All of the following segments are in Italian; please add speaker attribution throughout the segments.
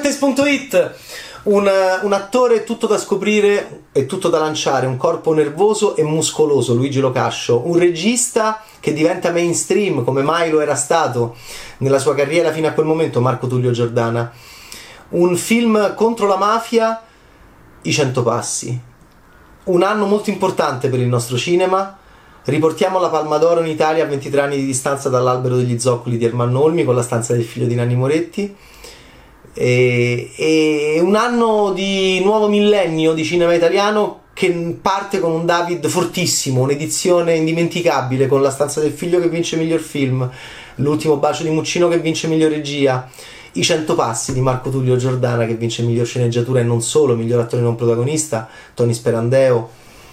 Speaker 1: Space.it, un attore tutto da scoprire e tutto da lanciare, un corpo nervoso e muscoloso, Luigi Locascio, un regista che diventa mainstream come mai lo era stato nella sua carriera fino a quel momento, Marco Tullio Giordana, un film contro la mafia, I 100 Passi, un anno molto importante per il nostro cinema. Riportiamo la Palma d'Oro in Italia a 23 anni di distanza dall'Albero degli Zoccoli di Ermanno Olmi con La stanza del figlio di Nanni Moretti, e un anno di nuovo millennio di cinema italiano che parte con un David fortissimo, un'edizione indimenticabile con La stanza del figlio che vince miglior film, L'ultimo bacio di Muccino che vince miglior regia, I 100 Passi di Marco Tullio Giordana che vince miglior sceneggiatura e non solo, miglior attore non protagonista Tony Sperandeo,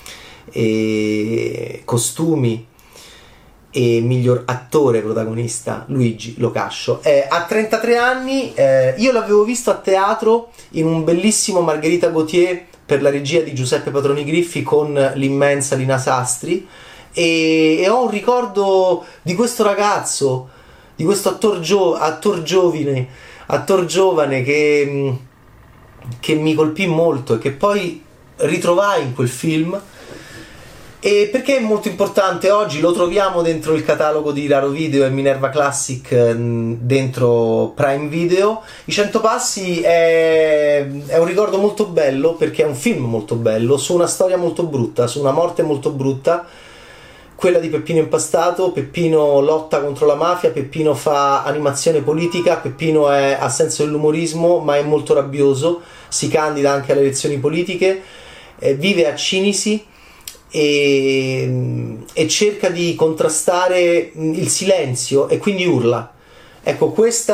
Speaker 1: e costumi, e miglior attore protagonista Luigi Locascio. A 33 anni io l'avevo visto a teatro in un bellissimo Margherita Gautier per la regia di Giuseppe Patroni Griffi con l'immensa Lina Sastri, e ho un ricordo di questo ragazzo, di questo attor giovane che mi colpì molto e che poi ritrovai in quel film. E perché è molto importante oggi? Lo troviamo dentro il catalogo di Raro Video e Minerva Classic, dentro Prime Video. I 100 Passi è un ricordo molto bello perché è un film molto bello su una storia molto brutta, su una morte molto brutta, quella di Peppino Impastato. Peppino lotta contro la mafia, Peppino fa animazione politica, Peppino ha senso dell'umorismo ma è molto rabbioso, si candida anche alle elezioni politiche, vive a Cinisi e cerca di contrastare il silenzio e quindi urla. Ecco, questo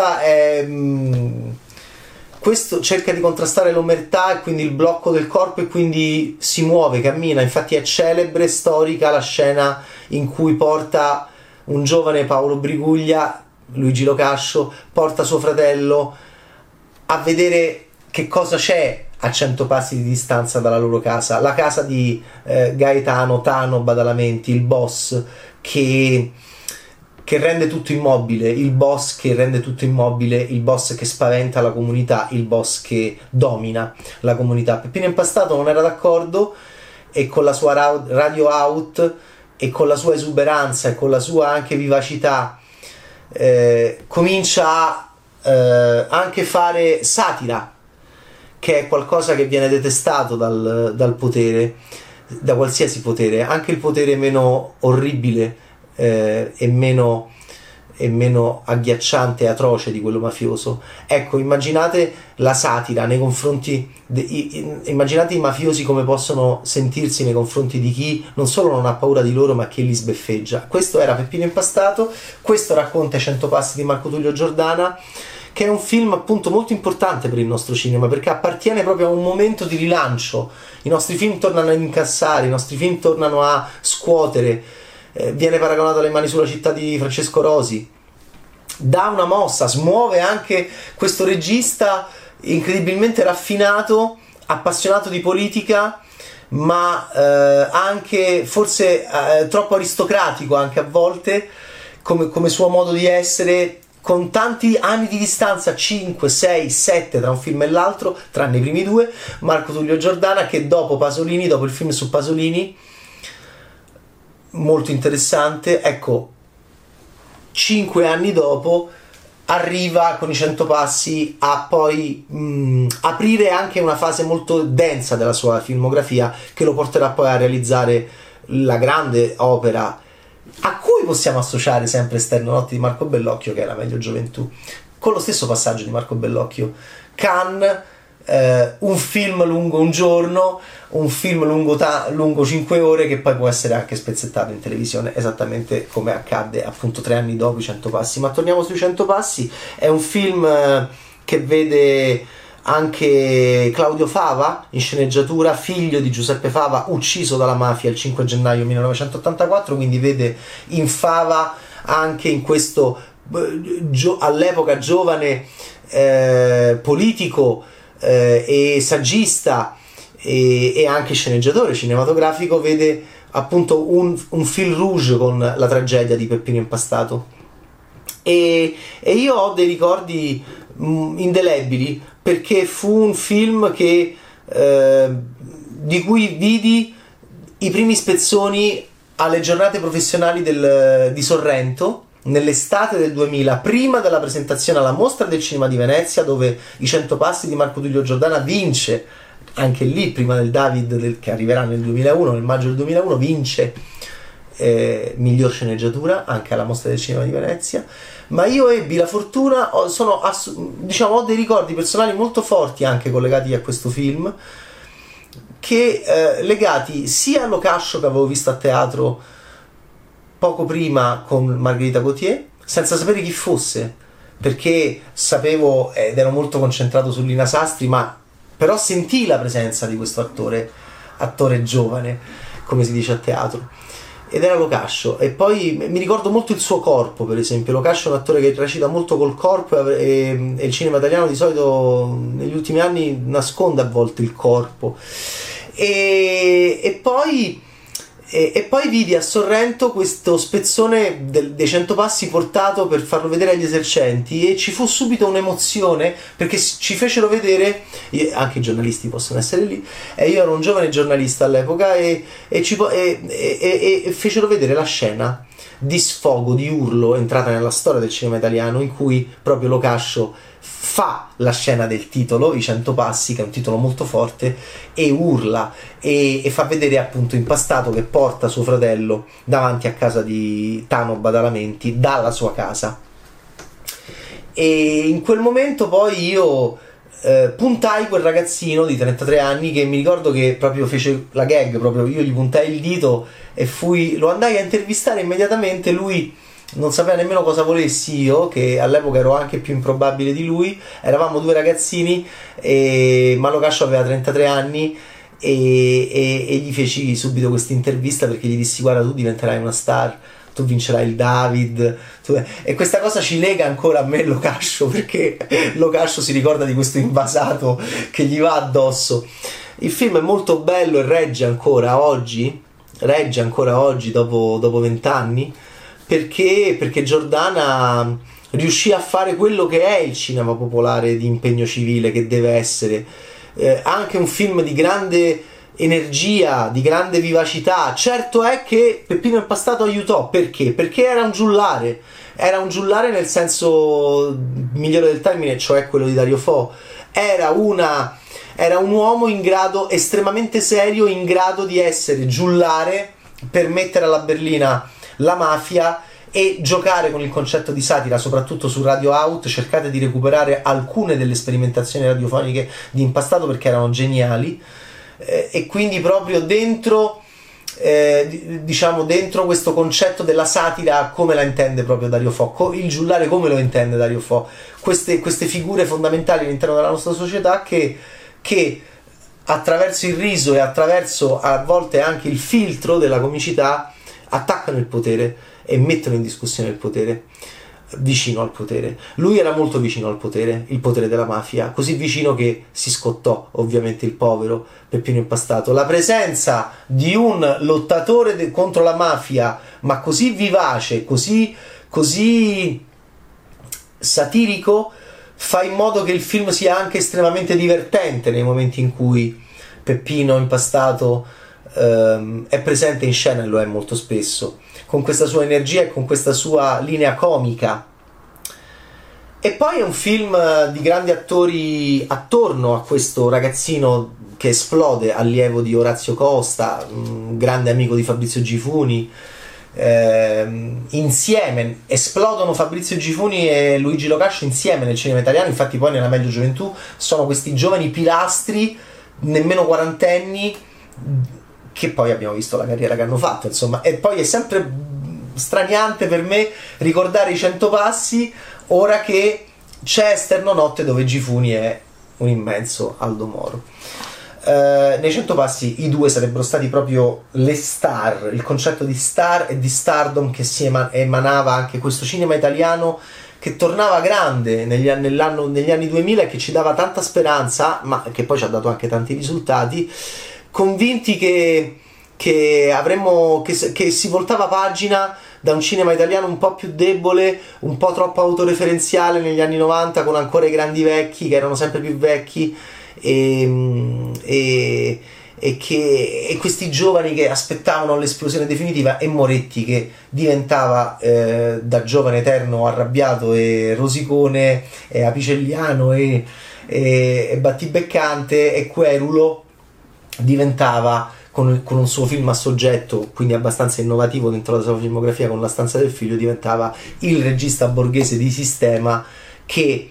Speaker 1: cerca di contrastare l'omertà e quindi il blocco del corpo, e quindi si muove, cammina. Infatti è celebre, storica la scena in cui porta un giovane Paolo Briguglia, Luigi Locascio, porta suo fratello a vedere che cosa c'è a 100 passi di distanza dalla loro casa, la casa di Gaetano Tano Badalamenti, il boss che rende tutto immobile, il boss che rende tutto immobile, il boss che spaventa la comunità, il boss che domina la comunità. Peppino Impastato non era d'accordo e con la sua radio out e con la sua esuberanza e con la sua anche vivacità comincia a anche fare satira, che è qualcosa che viene detestato dal potere, da qualsiasi potere, anche il potere meno orribile e meno agghiacciante e atroce di quello mafioso. Ecco, immaginate la satira nei confronti immaginate i mafiosi come possono sentirsi nei confronti di chi non solo non ha paura di loro ma che li sbeffeggia. Questo era Peppino Impastato, questo racconta I 100 Passi di Marco Tullio Giordana, che è un film appunto molto importante per il nostro cinema perché appartiene proprio a un momento di rilancio. I nostri film tornano a incassare, i nostri film tornano a scuotere. Viene paragonato alle Mani sulla città di Francesco Rosi, dà una mossa, smuove anche questo regista incredibilmente raffinato, appassionato di politica, ma anche forse troppo aristocratico anche a volte come suo modo di essere, con tanti anni di distanza, 5, 6, 7 tra un film e l'altro, tranne i primi due. Marco Tullio Giordana, che dopo Pasolini, dopo il film su Pasolini, molto interessante, ecco, 5 anni dopo arriva con I 100 Passi a poi aprire anche una fase molto densa della sua filmografia, che lo porterà poi a realizzare la grande opera a cui possiamo associare sempre Esterno Notti di Marco Bellocchio, che era Meglio Gioventù, con lo stesso passaggio di Marco Bellocchio. Cannes, un film lungo un giorno, un film lungo 5 ore, che poi può essere anche spezzettato in televisione, esattamente come accadde appunto 3 anni dopo I 100 Passi. Ma torniamo sui 100 Passi. È un film che vede anche Claudio Fava in sceneggiatura, figlio di Giuseppe Fava, ucciso dalla mafia il 5 gennaio 1984, quindi vede in Fava anche in questo all'epoca giovane politico e saggista e anche sceneggiatore cinematografico, vede appunto un fil rouge con la tragedia di Peppino Impastato. E io ho dei ricordi indelebili perché fu un film che di cui vidi i primi spezzoni alle giornate professionali di Sorrento nell'estate del 2000, prima della presentazione alla Mostra del Cinema di Venezia, dove I 100 passi di Marco Tullio Giordana vince, anche lì prima del David che arriverà nel 2001, nel maggio del 2001, vince miglior sceneggiatura anche alla Mostra del Cinema di Venezia. Ma io ebbi la fortuna, ho dei ricordi personali molto forti anche collegati a questo film, che legati sia all'Ocascio che avevo visto a teatro poco prima con Margherita Gautier, senza sapere chi fosse, perché sapevo ed ero molto concentrato su Lina Sastri, ma però sentii la presenza di questo attore giovane, come si dice a teatro, ed era Locascio. E poi mi ricordo molto il suo corpo, per esempio. Locascio è un attore che recita molto col corpo, e il cinema italiano di solito negli ultimi anni nasconde a volte il corpo. E poi vidi a Sorrento questo spezzone dei 100 passi portato per farlo vedere agli esercenti, e ci fu subito un'emozione, perché ci fecero vedere, anche i giornalisti possono essere lì, e io ero un giovane giornalista all'epoca, e fecero vedere la scena di sfogo, di urlo entrata nella storia del cinema italiano, in cui proprio Locascio fa la scena del titolo, I 100 passi, che è un titolo molto forte, e urla e fa vedere appunto Impastato che porta suo fratello davanti a casa di Tano Badalamenti dalla sua casa. E in quel momento poi io puntai quel ragazzino di 33 anni che mi ricordo che proprio fece la gag, proprio io gli puntai il dito e lo andai a intervistare immediatamente. Lui non sapeva nemmeno cosa volessi io, che all'epoca ero anche più improbabile di lui. Eravamo due ragazzini, ma Locascio aveva 33 anni, e gli feci subito questa intervista, perché gli dissi: guarda, tu diventerai una star, tu vincerai il David. E questa cosa ci lega ancora a me e Locascio, perché Locascio si ricorda di questo invasato che gli va addosso. Il film è molto bello e regge ancora oggi dopo 20 anni, perché Giordana riuscì a fare quello che è il cinema popolare di impegno civile che deve essere, anche un film di grande energia, di grande vivacità. Certo è che Peppino Impastato aiutò, perché era un giullare nel senso migliore del termine, cioè quello di Dario Fo. Era un uomo estremamente serio, in grado di essere giullare per mettere alla berlina la mafia e giocare con il concetto di satira, soprattutto su Radio Out. Cercate di recuperare alcune delle sperimentazioni radiofoniche di Impastato, perché erano geniali, e quindi proprio dentro questo concetto della satira, come la intende proprio Dario Fo, il giullare come lo intende Dario Fo, queste figure fondamentali all'interno della nostra società che attraverso il riso e attraverso a volte anche il filtro della comicità attaccano il potere e mettono in discussione il potere, vicino al potere. Lui era molto vicino al potere, il potere della mafia, così vicino che si scottò ovviamente il povero Peppino Impastato. La presenza di un lottatore contro la mafia, ma così vivace, così satirico, fa in modo che il film sia anche estremamente divertente nei momenti in cui Peppino Impastato è presente in scena, e lo è molto spesso, con questa sua energia e con questa sua linea comica. E poi è un film di grandi attori attorno a questo ragazzino che esplode, allievo di Orazio Costa, un grande amico di Fabrizio Gifuni. Insieme esplodono Fabrizio Gifuni e Luigi Locascio insieme nel cinema italiano. Infatti poi nella Meglio Gioventù sono questi giovani pilastri, nemmeno quarantenni, che poi abbiamo visto la carriera che hanno fatto, insomma. E poi è sempre straniante per me ricordare I 100 passi ora che c'è Esterno Notte, dove Gifuni è un immenso Aldo Moro. Nei 100 passi i due sarebbero stati proprio le star, il concetto di star e di stardom che si emanava anche questo cinema italiano, che tornava grande negli anni 2000 e che ci dava tanta speranza, ma che poi ci ha dato anche tanti risultati, convinti che che si voltava pagina da un cinema italiano un po' più debole, un po' troppo autoreferenziale negli anni 90, con ancora i grandi vecchi che erano sempre più vecchi, e questi giovani che aspettavano l'esplosione definitiva, e Moretti che diventava da giovane eterno arrabbiato e rosicone e apicelliano e battibeccante, e Querulo diventava con un suo film a soggetto, quindi abbastanza innovativo dentro la sua filmografia, con La stanza del figlio, diventava il regista borghese di sistema che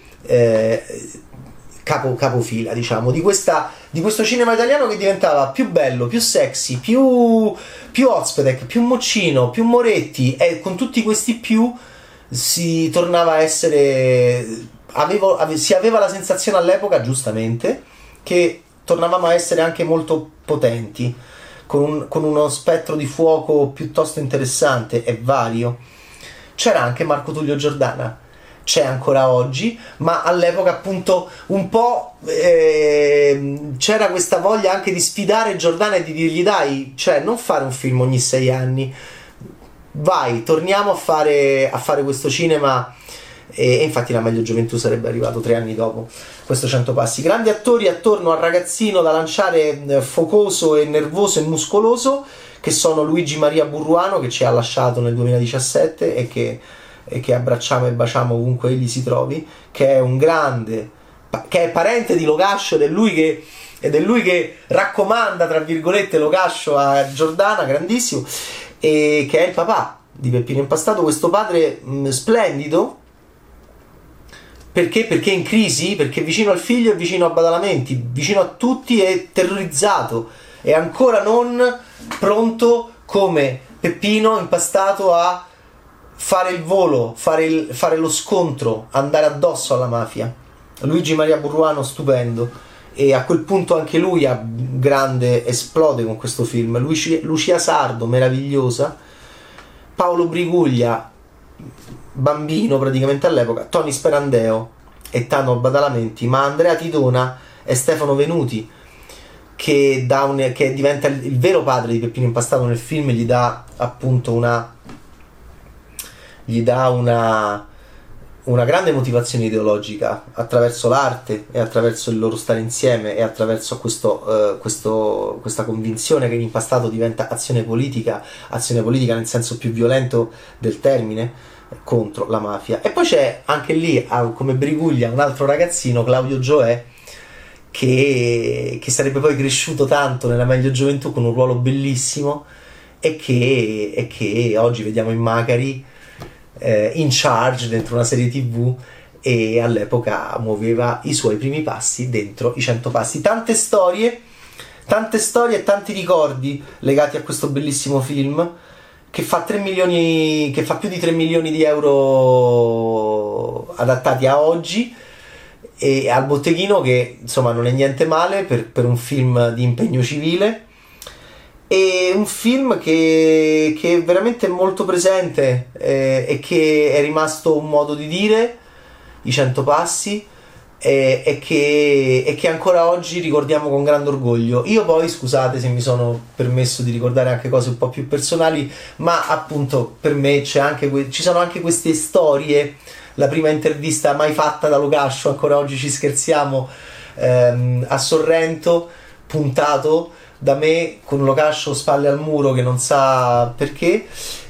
Speaker 1: capofila, diciamo, di questo cinema italiano, che diventava più bello, più sexy, più Ozpedek, più Moccino, più Moretti, e con tutti questi più si tornava a essere, si aveva la sensazione all'epoca, giustamente, che tornavamo a essere anche molto potenti, con uno spettro di fuoco piuttosto interessante e vario. C'era anche Marco Tullio Giordana, c'è ancora oggi, ma all'epoca appunto un po' c'era questa voglia anche di sfidare Giordana e di dirgli: dai, cioè, non fare un film ogni 6 anni, vai, torniamo a fare questo cinema. E infatti La meglio gioventù sarebbe arrivato 3 anni dopo questo 100 passi. Grandi attori attorno al ragazzino da lanciare, focoso e nervoso e muscoloso, che sono Luigi Maria Burruano, che ci ha lasciato nel 2017 e che abbracciamo e baciamo ovunque egli si trovi, che è un grande, che è parente di Locascio, ed è lui che raccomanda, tra virgolette, Locascio a Giordana, grandissimo, e che è il papà di Peppino Impastato, questo padre splendido. Perché? Perché in crisi, perché vicino al figlio e vicino a Badalamenti, vicino a tutti, è terrorizzato, è ancora non pronto come Peppino Impastato a fare il volo, fare lo scontro, andare addosso alla mafia. Luigi Maria Burruano stupendo, e a quel punto anche lui grande esplode con questo film. Lucia Sardo meravigliosa, Paolo Briguglia bambino praticamente all'epoca, Tony Sperandeo e Tano Badalamenti, ma Andrea Titona e Stefano Venuti, che diventa il vero padre di Peppino Impastato nel film, gli dà appunto una grande motivazione ideologica attraverso l'arte e attraverso il loro stare insieme, e attraverso questa convinzione che Impastato diventa azione politica nel senso più violento del termine, contro la mafia. E poi c'è anche lì, come Briguglia, un altro ragazzino, Claudio Gioè, che sarebbe poi cresciuto tanto nella meglio gioventù con un ruolo bellissimo, e che oggi vediamo in Macari, in charge dentro una serie TV, e all'epoca muoveva i suoi primi passi dentro i 100 passi. Tante storie e tanti ricordi legati a questo bellissimo film, che fa più di 3 milioni di euro adattati a oggi, e al botteghino, che insomma non è niente male per un film di impegno civile, e un film che è veramente molto presente, e che è rimasto un modo di dire, i 100 passi, e che ancora oggi ricordiamo con grande orgoglio. Io poi, scusate se mi sono permesso di ricordare anche cose un po' più personali, ma appunto per me ci sono anche queste storie. La prima intervista mai fatta da Locascio, ancora oggi ci scherziamo, a Sorrento, puntato da me con Locascio spalle al muro che non sa perché,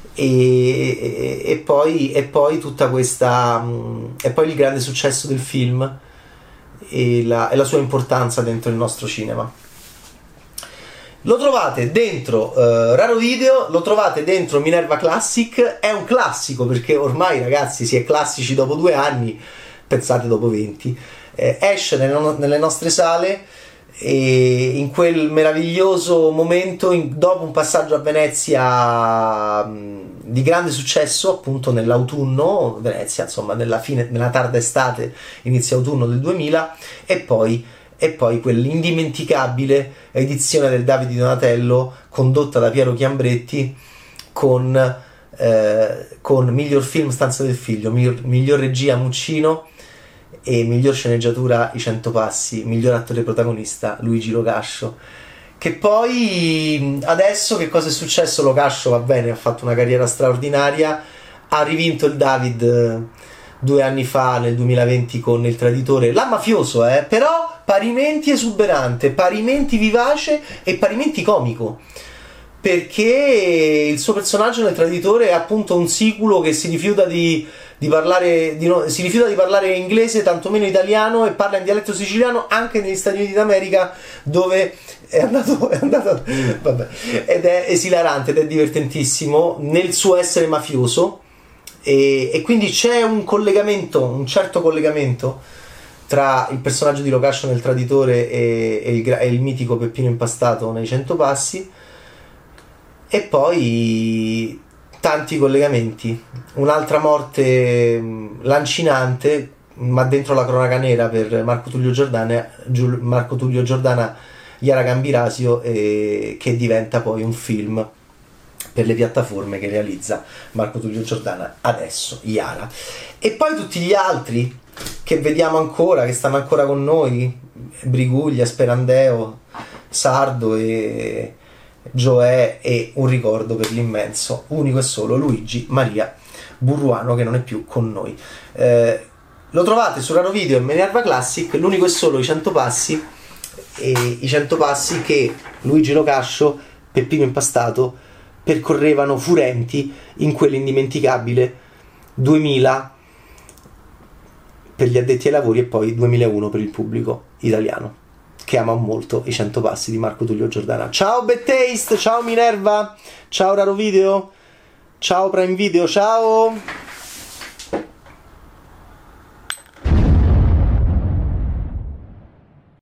Speaker 1: e poi tutta questa, e poi il grande successo del film e la sua importanza dentro il nostro cinema. Lo trovate dentro Raro Video, lo trovate dentro Minerva Classic. È un classico perché ormai, ragazzi, si è classici dopo 2 anni, pensate dopo 20. Esce nelle nostre sale, e in quel meraviglioso momento, dopo un passaggio a Venezia di grande successo, appunto nell'autunno, Venezia, insomma nella tarda estate, inizio autunno del 2000, e poi quell'indimenticabile edizione del David di Donatello, condotta da Piero Chiambretti, con miglior film Stanza del figlio, miglior regia Muccino, e miglior sceneggiatura I 100 passi, miglior attore protagonista Luigi Locascio, che poi adesso che cosa è successo? Locascio va bene, ha fatto una carriera straordinaria, ha rivinto il David 2 anni fa, nel 2020, con Il Traditore, la mafioso, però parimenti esuberante, parimenti vivace e parimenti comico, perché il suo personaggio nel Traditore è appunto un siculo che si rifiuta di parlare si rifiuta di parlare inglese, tantomeno italiano, e parla in dialetto siciliano anche negli Stati Uniti d'America, dove è andato vabbè, ed è esilarante ed è divertentissimo nel suo essere mafioso, e quindi c'è un certo collegamento tra il personaggio di Locascio nel Traditore e il mitico Peppino Impastato nei 100 passi, e poi tanti collegamenti. Un'altra morte lancinante, ma dentro la cronaca nera, per Marco Tullio Giordana, Yara Gambirasio, che diventa poi un film per le piattaforme che realizza Marco Tullio Giordana adesso, Yara. E poi tutti gli altri che vediamo ancora, che stanno ancora con noi: Briguglia, Sperandeo, Sardo e Gioè, e un ricordo per l'immenso, unico e solo Luigi Maria Burruano, che non è più con noi. Lo trovate su Raro Video e Minerva Classic, l'unico e solo i 100 passi, e i 100 passi che Luigi Locascio, Peppino Impastato percorrevano furenti in quell'indimenticabile 2000 per gli addetti ai lavori e poi 2001 per il pubblico italiano, che ama molto i 100 passi di Marco Tullio Giordana. Ciao Bad Taste, ciao Minerva, ciao Raro Video, ciao Prime Video, ciao!